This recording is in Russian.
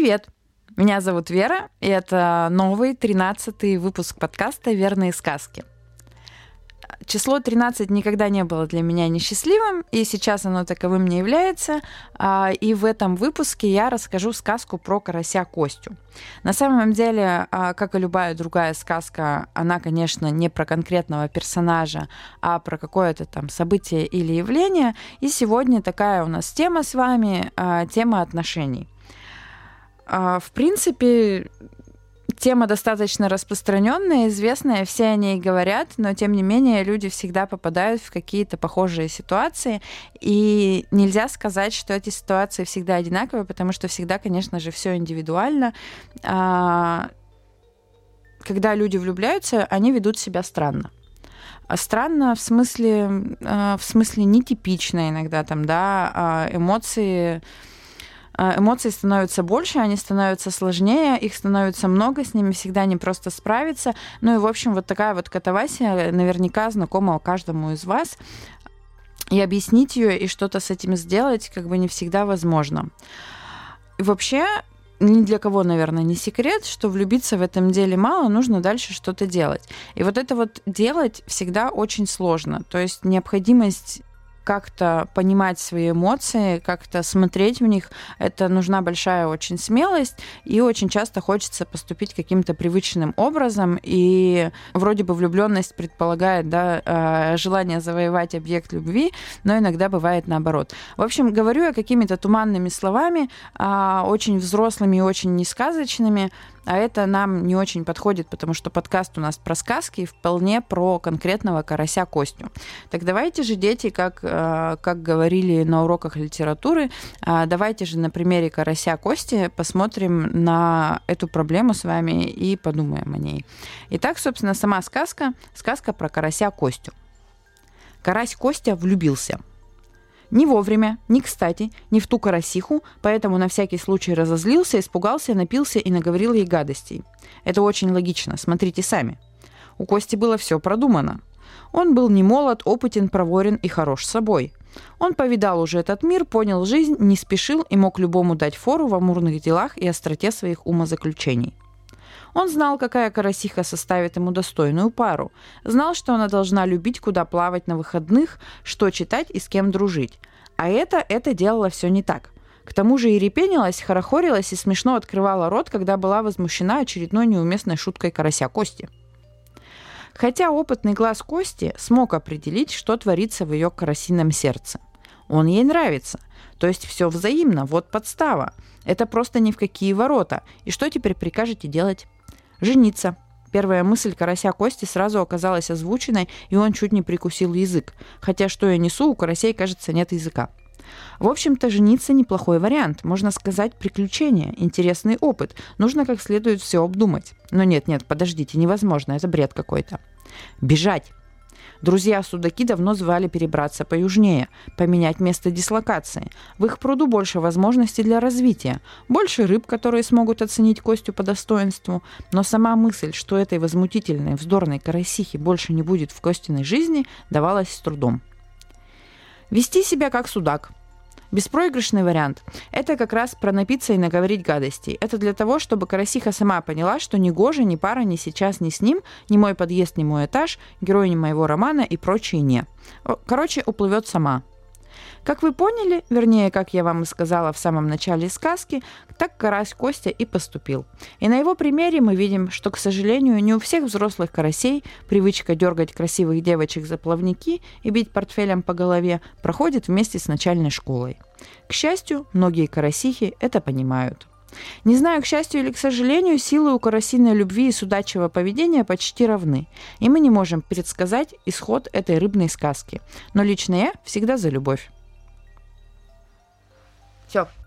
Привет! Меня зовут Вера, и это новый 13-й выпуск подкаста «Верные сказки». Число 13 никогда не было для меня несчастливым, и сейчас оно таковым не является. И в этом выпуске я расскажу сказку про карася Костю. На самом деле, как и любая другая сказка, она, конечно, не про конкретного персонажа, а про какое-то там событие или явление. И сегодня такая у нас тема с вами, тема отношений. В принципе, тема достаточно распространенная, известная, все о ней говорят, но тем не менее люди всегда попадают в какие-то похожие ситуации, и нельзя сказать, что эти ситуации всегда одинаковые, потому что всегда, конечно же, все индивидуально. Когда люди влюбляются, они ведут себя странно. Странно в смысле нетипично иногда, там, да, Эмоций становится больше, они становятся сложнее, их становится много, с ними всегда не просто справиться. Ну и, в общем, вот такая вот катавасия наверняка знакома каждому из вас. И объяснить ее, и что-то с этим сделать как бы не всегда возможно. И вообще, ни для кого, наверное, не секрет, что влюбиться в этом деле мало, нужно дальше что-то делать. И вот это вот делать всегда очень сложно. То есть необходимость как-то понимать свои эмоции, как-то смотреть в них, это нужна большая очень смелость, и очень часто хочется поступить каким-то привычным образом, и вроде бы влюбленность предполагает, да, желание завоевать объект любви, но иногда бывает наоборот. В общем, говорю я какими-то туманными словами, очень взрослыми и очень несказочными, а это нам не очень подходит, потому что подкаст у нас про сказки и вполне про конкретного карася Костю. Так давайте же, дети, как говорили на уроках литературы, давайте же на примере карася Кости посмотрим на эту проблему с вами и подумаем о ней. Итак, собственно, сама сказка про карася Костю. Карась Костя влюбился. Не вовремя, не кстати, не в ту карасиху, поэтому на всякий случай разозлился, испугался, напился и наговорил ей гадостей. Это очень логично, смотрите сами. У Кости было все продумано. Он был не молод, опытен, проворен и хорош собой. Он повидал уже этот мир, понял жизнь, не спешил и мог любому дать фору в амурных делах и остроте своих умозаключений. Он знал, какая карасиха составит ему достойную пару. Знал, что она должна любить, куда плавать на выходных, что читать и с кем дружить. А это делало все не так. К тому же и репенилась, хорохорилась и смешно открывала рот, когда была возмущена очередной неуместной шуткой карася Кости. Хотя опытный глаз Кости смог определить, что творится в ее карасином сердце. Он ей нравится. То есть все взаимно, вот подстава. Это просто ни в какие ворота. И что теперь прикажете делать? Жениться. Первая мысль карася Кости сразу оказалась озвученной, и он чуть не прикусил язык. Хотя, что я несу, у карасей, кажется, нет языка. В общем-то, жениться неплохой вариант. Можно сказать, приключение, интересный опыт. Нужно как следует все обдумать. Но нет, подождите, невозможно, это бред какой-то. Бежать. Друзья-судаки давно звали перебраться поюжнее, поменять место дислокации. В их пруду больше возможностей для развития, больше рыб, которые смогут оценить Костю по достоинству. Но сама мысль, что этой возмутительной, вздорной карасихи больше не будет в Костиной жизни, давалась с трудом. Вести себя как судак. Беспроигрышный вариант. Это как раз про напиться и наговорить гадостей. Это для того, чтобы карасиха сама поняла, что ни гоже, ни пара, ни сейчас, ни с ним, ни мой подъезд, ни мой этаж, герой ни моего романа и прочее не. Короче, уплывет сама. Как вы поняли, вернее, как я вам и сказала в самом начале сказки, так карась Костя и поступил. И на его примере мы видим, что, к сожалению, не у всех взрослых карасей привычка дергать красивых девочек за плавники и бить портфелем по голове проходит вместе с начальной школой. К счастью, многие карасихи это понимают. Не знаю, к счастью или к сожалению, силы у карасиной любви и судачьего поведения почти равны, и мы не можем предсказать исход этой рыбной сказки. Но лично я всегда за любовь. Все.